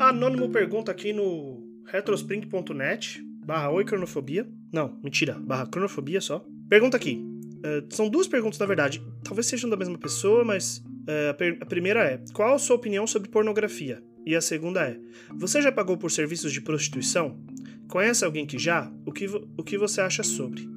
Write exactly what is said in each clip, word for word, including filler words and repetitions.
Anônimo pergunta aqui no retrospring ponto net barra oi cronofobia. Não, mentira, barra cronofobia só. Pergunta aqui. Uh, são duas perguntas, na verdade. Talvez sejam da mesma pessoa, mas uh, a, per- a primeira é: qual a sua opinião sobre pornografia? E a segunda é: você já pagou por serviços de prostituição? Conhece alguém que já? O que, vo- o que você acha sobre?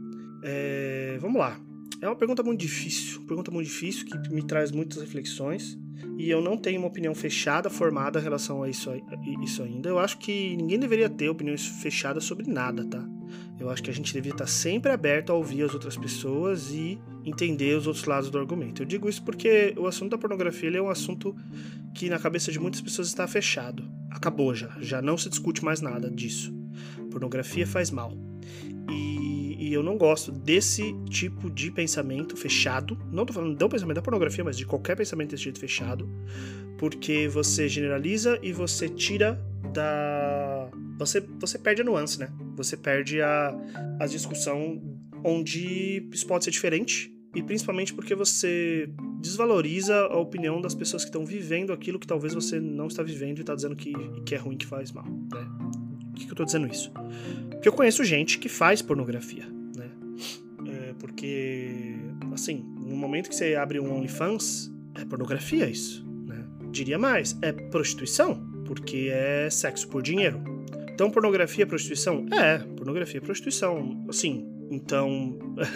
É, vamos lá. É uma pergunta muito difícil. Uma pergunta muito difícil que me traz muitas reflexões. E eu não tenho uma opinião fechada, formada em relação a isso, a isso ainda. Eu acho que ninguém deveria ter opiniões fechadas sobre nada, tá? Eu acho que a gente deveria estar sempre aberto a ouvir as outras pessoas e entender os outros lados do argumento. Eu digo isso porque o assunto da pornografia ele é um assunto que na cabeça de muitas pessoas está fechado. Acabou já. Já não se discute mais nada disso. Pornografia faz mal. E, e eu não gosto desse tipo de pensamento fechado. Não tô falando do pensamento da pornografia, mas de qualquer pensamento desse jeito fechado. Porque você generaliza e você tira da... Você, você perde a nuance, né? Você perde a, a discussão onde isso pode ser diferente. E principalmente porque você desvaloriza a opinião das pessoas que estão vivendo aquilo que talvez você não está vivendo e está dizendo que, que é ruim, que faz mal, né? Por que, que eu tô dizendo isso? Porque eu conheço gente que faz pornografia, né? É porque, assim, no momento que você abre um OnlyFans, é pornografia isso, né? Diria mais, é prostituição, porque é sexo por dinheiro. Então, pornografia é prostituição? É, pornografia é prostituição, assim, então...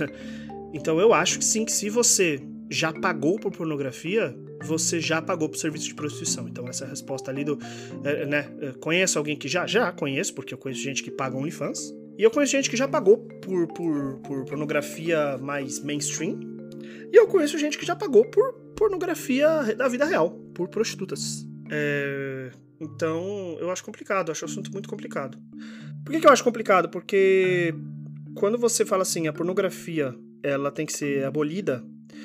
então eu acho que sim, que se você já pagou por pornografia, você já pagou por serviço de prostituição. Então essa resposta ali do... É, né, conheço alguém que já? Já conheço, porque eu conheço gente que paga OnlyFans. E eu conheço gente que já pagou por, por, por pornografia mais mainstream. E eu conheço gente que já pagou por pornografia da vida real, por prostitutas. É... Então eu acho complicado, eu acho o assunto muito complicado. Por que, que eu acho complicado? Porque quando você fala assim, a pornografia ela tem que ser abolida,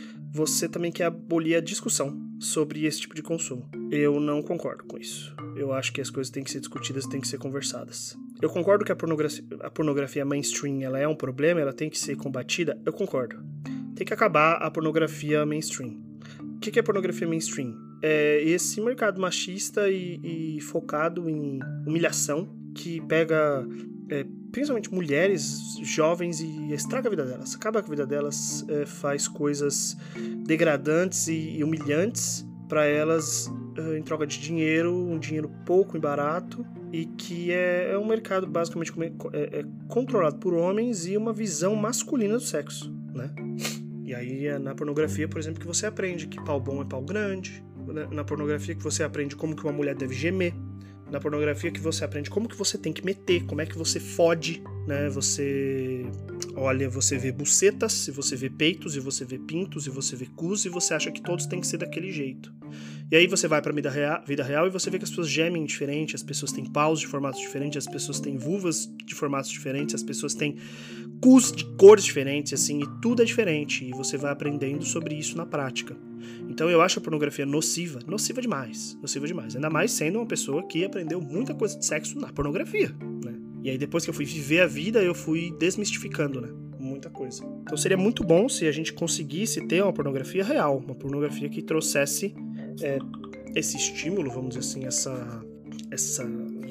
você também quer abolir a discussão sobre esse tipo de consumo. Eu não concordo com isso. Eu acho que as coisas têm que ser discutidas, têm que ser conversadas. Eu concordo que a pornografia, a pornografia mainstream ela é um problema, ela tem que ser combatida. Eu concordo. Tem que acabar a pornografia mainstream. O que é pornografia mainstream? É esse mercado machista e, e focado em humilhação que pega... É, principalmente mulheres jovens e estraga a vida delas, acaba com a vida delas, é, faz coisas degradantes e, e humilhantes para elas é, em troca de dinheiro, um dinheiro pouco e barato, e que é, é um mercado basicamente é, é controlado por homens e uma visão masculina do sexo, né? E aí é na pornografia, por exemplo, que você aprende que pau bom é pau grande, né? Na pornografia que você aprende como que uma mulher deve gemer, na pornografia que você aprende como que você tem que meter, como é que você fode, né? Você olha, você vê bucetas, e você vê peitos, e você vê pintos, e você vê cus, e você acha que todos têm que ser daquele jeito. E aí você vai pra vida real, vida real e você vê que as pessoas gemem diferente, as pessoas têm paus de formatos diferentes, as pessoas têm vulvas de formatos diferentes, as pessoas têm cus de cores diferentes, assim, e tudo é diferente. E você vai aprendendo sobre isso na prática. Então eu acho a pornografia nociva, nociva demais, nociva demais. Ainda mais sendo uma pessoa que aprendeu muita coisa de sexo na pornografia, né? E aí depois que eu fui viver a vida, eu fui desmistificando, né? Muita coisa. Então seria muito bom se a gente conseguisse ter uma pornografia real, uma pornografia que trouxesse é, esse estímulo, vamos dizer assim, essa, essa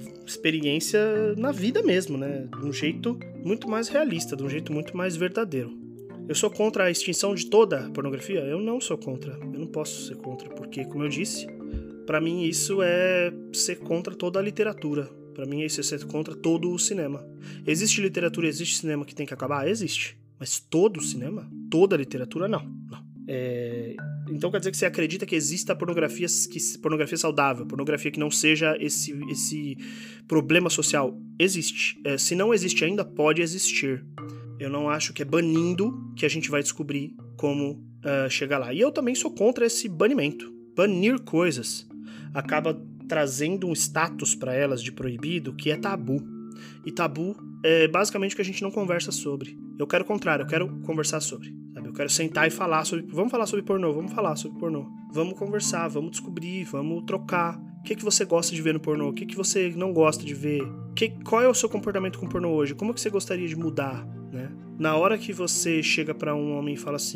experiência na vida mesmo, né? De um jeito muito mais realista, de um jeito muito mais verdadeiro. Eu sou contra a extinção de toda a pornografia? Eu não sou contra. Eu não posso ser contra, porque, como eu disse, pra mim isso é ser contra toda a literatura. Pra mim isso é ser contra todo o cinema. Existe literatura, existe cinema que tem que acabar? Existe. Mas todo o cinema? Toda a literatura? Não. Não. É... Então quer dizer que você acredita que exista pornografia, que... pornografia saudável, pornografia que não seja esse, esse problema social? Existe. É, se não existe ainda, pode existir. Eu não acho que é banindo que a gente vai descobrir como uh, chegar lá. E eu também sou contra esse banimento. Banir coisas acaba trazendo um status para elas de proibido que é tabu. E tabu é basicamente o que a gente não conversa sobre. Eu quero o contrário, eu quero conversar sobre. Sabe? Eu quero sentar e falar sobre... Vamos falar sobre pornô, vamos falar sobre pornô. Vamos conversar, vamos descobrir, vamos trocar. O que, que você gosta de ver no pornô? O que, que você não gosta de ver? Que, qual é o seu comportamento com pornô hoje? Como que você gostaria de mudar? Né? Na hora que você chega pra um homem e fala assim,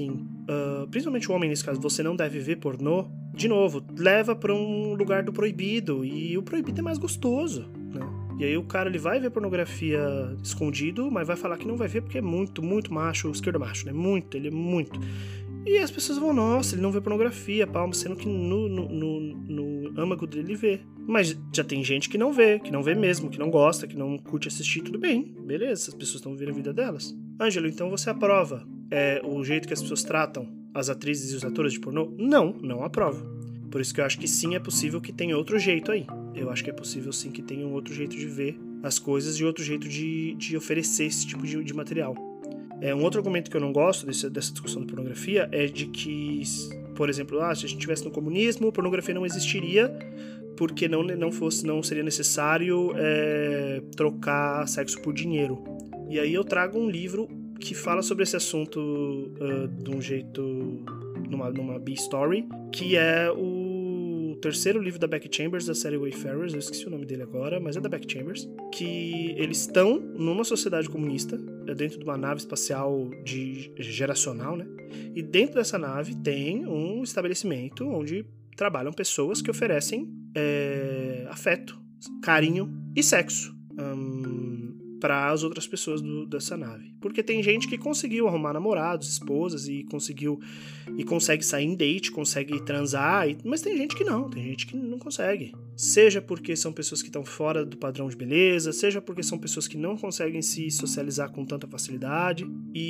uh, principalmente o homem nesse caso, você não deve ver pornô, de novo, leva pra um lugar do proibido, e o proibido é mais gostoso, né? E aí o cara, ele vai ver pornografia escondido, mas vai falar que não vai ver porque é muito, muito macho, esquerdo macho, né? Muito, ele é muito. E as pessoas vão, nossa, ele não vê pornografia, palma, sendo que no, no, no, no âmago dele ele vê. Mas já tem gente que não vê, que não vê mesmo, que não gosta, que não curte assistir, tudo bem, beleza, as pessoas estão vivendo a vida delas. Ângelo, então você aprova é, o jeito que as pessoas tratam as atrizes e os atores de pornô? Não, não aprovo. Por isso que eu acho que sim, é possível que tenha outro jeito aí. Eu acho que é possível sim que tenha um outro jeito de ver as coisas e outro jeito de, de oferecer esse tipo de, de material. É, um outro argumento que eu não gosto desse, dessa discussão de pornografia é de que, por exemplo, ah, se a gente estivesse no comunismo, a pornografia não existiria porque não, não, fosse, não seria necessário é, trocar sexo por dinheiro. E aí eu trago um livro que fala sobre esse assunto uh, de um jeito, numa, numa B-Story, que é o terceiro livro da Becky Chambers, da série Wayfarers, eu esqueci o nome dele agora, mas é da Becky Chambers, que eles estão numa sociedade comunista, dentro de uma nave espacial de, geracional, né? E dentro dessa nave tem um estabelecimento onde trabalham pessoas que oferecem é, afeto, carinho e sexo um, para as outras pessoas do, dessa nave. Porque tem gente que conseguiu arrumar namorados, esposas e conseguiu e consegue sair em date, consegue transar, e, mas tem gente que não, tem gente que não consegue. Seja porque são pessoas que estão fora do padrão de beleza, seja porque são pessoas que não conseguem se socializar com tanta facilidade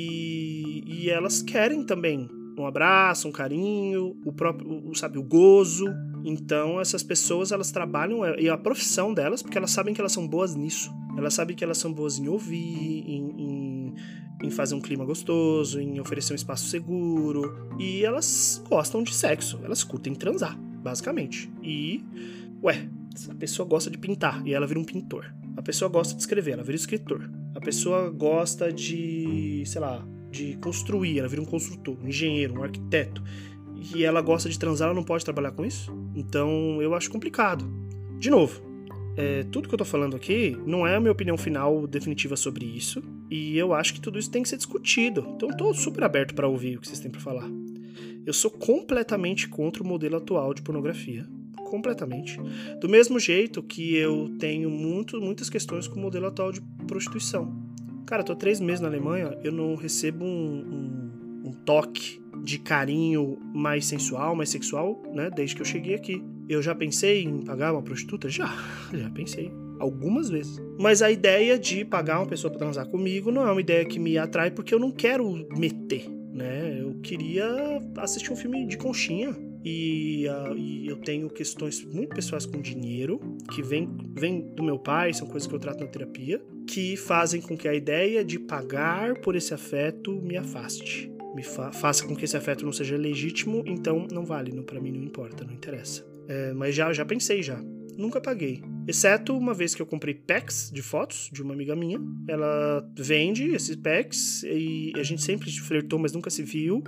e, e elas querem também um abraço, um carinho, o próprio, o, sabe, o gozo. Então essas pessoas, elas trabalham, e a profissão delas, porque elas sabem que elas são boas nisso. Elas sabem que elas são boas em ouvir, em, em, em fazer um clima gostoso, em oferecer um espaço seguro. E elas gostam de sexo, elas curtem transar, basicamente. E, ué, a pessoa gosta de pintar e ela vira um pintor. A pessoa gosta de escrever, ela vira escritor. A pessoa gosta de, sei lá, de construir, ela vira um construtor, um engenheiro, um arquiteto. E ela gosta de transar, ela não pode trabalhar com isso? Então eu acho complicado. De novo, é, tudo que eu tô falando aqui não é a minha opinião final definitiva sobre isso, e eu acho que tudo isso tem que ser discutido. Então eu tô super aberto para ouvir o que vocês têm para falar. Eu sou completamente contra o modelo atual de pornografia. Completamente. Do mesmo jeito que eu tenho muito, muitas questões com o modelo atual de prostituição. Cara, eu tô três meses na Alemanha, eu não recebo um, um, um toque de carinho mais sensual, mais sexual, né, desde que eu cheguei aqui. Eu já pensei em pagar uma prostituta? Já, já pensei. Algumas vezes. Mas a ideia de pagar uma pessoa pra transar comigo não é uma ideia que me atrai, porque eu não quero meter, né? Eu queria assistir um filme de conchinha. E, uh, e eu tenho questões muito pessoais com dinheiro, que vem, vem do meu pai, são coisas que eu trato na terapia, que fazem com que a ideia de pagar por esse afeto me afaste. Me fa- faça com que esse afeto não seja legítimo, então não vale, não, pra mim não importa, não interessa. É, mas já, já pensei já, nunca paguei. Exceto uma vez que eu comprei packs de fotos de uma amiga minha. Ela vende esses packs e a gente sempre flertou, mas nunca se viu.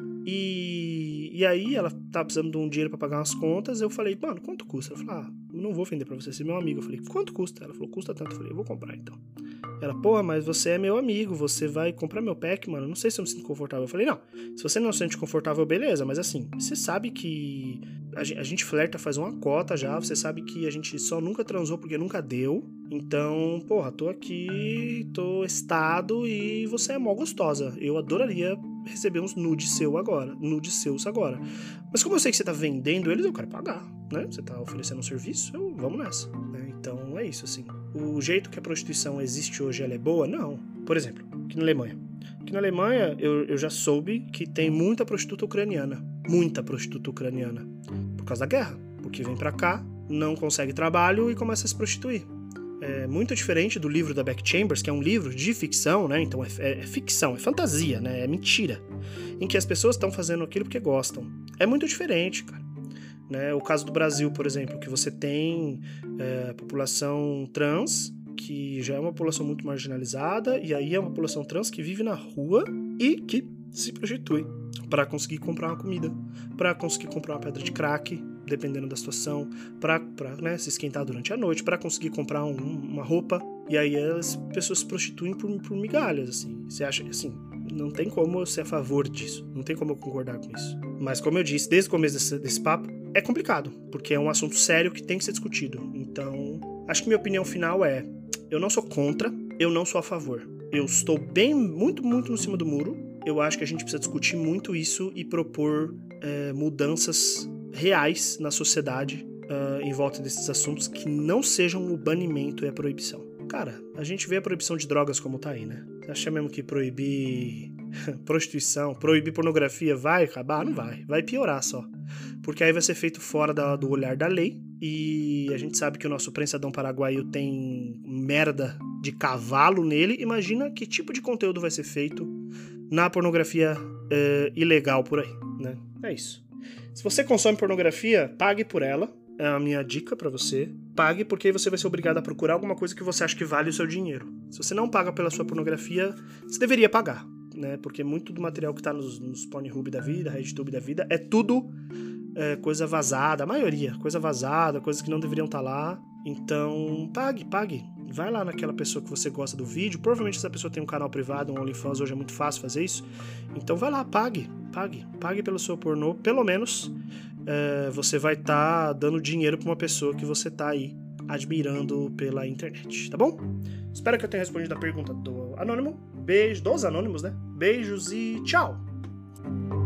E, e aí ela tava precisando de um dinheiro pra pagar umas contas. Eu falei, mano, quanto custa? Ela falou, ah, eu não vou vender pra você, você é meu amigo. Eu falei, quanto custa? Ela falou, custa tanto. Eu falei, eu vou comprar então. Ela, porra, mas você é meu amigo, você vai comprar meu pack, mano? Não sei se eu me sinto confortável. Eu falei, não, se você não se sente confortável, beleza, mas assim, você sabe que a gente flerta faz uma cota já, você sabe que a gente só nunca transou porque nunca deu. Então, porra, tô aqui, tô estado e você é mó gostosa. Eu adoraria receber uns nudes seu agora, nudes seus agora. Mas como eu sei que você tá vendendo eles, eu quero pagar, né? Você tá oferecendo um serviço, eu, vamos nessa, né? Então é isso, assim. O jeito que a prostituição existe hoje, ela é boa? Não. Por exemplo, aqui na Alemanha. Aqui na Alemanha, eu, eu já soube que tem muita prostituta ucraniana. Muita prostituta ucraniana. Por causa da guerra. Porque vem pra cá, não consegue trabalho e começa a se prostituir. É muito diferente do livro da Becky Chambers, que é um livro de ficção, né? Então é, é, é ficção, é fantasia, né? É mentira. Em que as pessoas estão fazendo aquilo porque gostam. É muito diferente, cara. Né? O caso do Brasil, por exemplo, que você tem é, população trans, que já é uma população muito marginalizada, e aí é uma população trans que vive na rua e que se prostitui para conseguir comprar uma comida, para conseguir comprar uma pedra de crack, dependendo da situação, para né, se esquentar durante a noite, para conseguir comprar um, uma roupa. E aí as pessoas se prostituem por, por migalhas, assim. Você acha que, assim, Não tem como eu ser a favor disso. Não tem como eu concordar com isso. Mas como eu disse, desde o começo desse, desse papo, é complicado. Porque é um assunto sério que tem que ser discutido. Então, acho que minha opinião final é... Eu não sou contra, eu não sou a favor. Eu estou bem, muito, muito no cima do muro. Eu acho que a gente precisa discutir muito isso e propor é, mudanças reais na sociedade uh, em volta desses assuntos que não sejam o banimento e a proibição. Cara, a gente vê a proibição de drogas como tá aí, né? Você acha mesmo que proibir prostituição, proibir pornografia vai acabar? Não vai. Vai piorar só. Porque aí vai ser feito fora da, do olhar da lei. E a gente sabe que o nosso prensadão paraguaio tem merda de cavalo nele. Imagina que tipo de conteúdo vai ser feito na pornografia é, ilegal por aí, né? É isso. Se você consome pornografia, pague por ela. É a minha dica pra você. Pague, porque aí você vai ser obrigado a procurar alguma coisa que você acha que vale o seu dinheiro. Se você não paga pela sua pornografia, você deveria pagar, né? Porque muito do material que tá nos, nos Pornhub da vida, RedTube da vida, é tudo é, coisa vazada. A maioria, coisa vazada, coisas que não deveriam estar lá. Então, pague, pague. Vai lá naquela pessoa que você gosta do vídeo. Provavelmente essa pessoa tem um canal privado, um OnlyFans, hoje é muito fácil fazer isso. Então vai lá, pague, pague. Pague pelo seu pornô, pelo menos... É, você vai estar tá dando dinheiro para uma pessoa que você tá aí admirando pela internet, tá bom? Espero que eu tenha respondido a pergunta do anônimo. Beijo, dos anônimos, né? Beijos e tchau!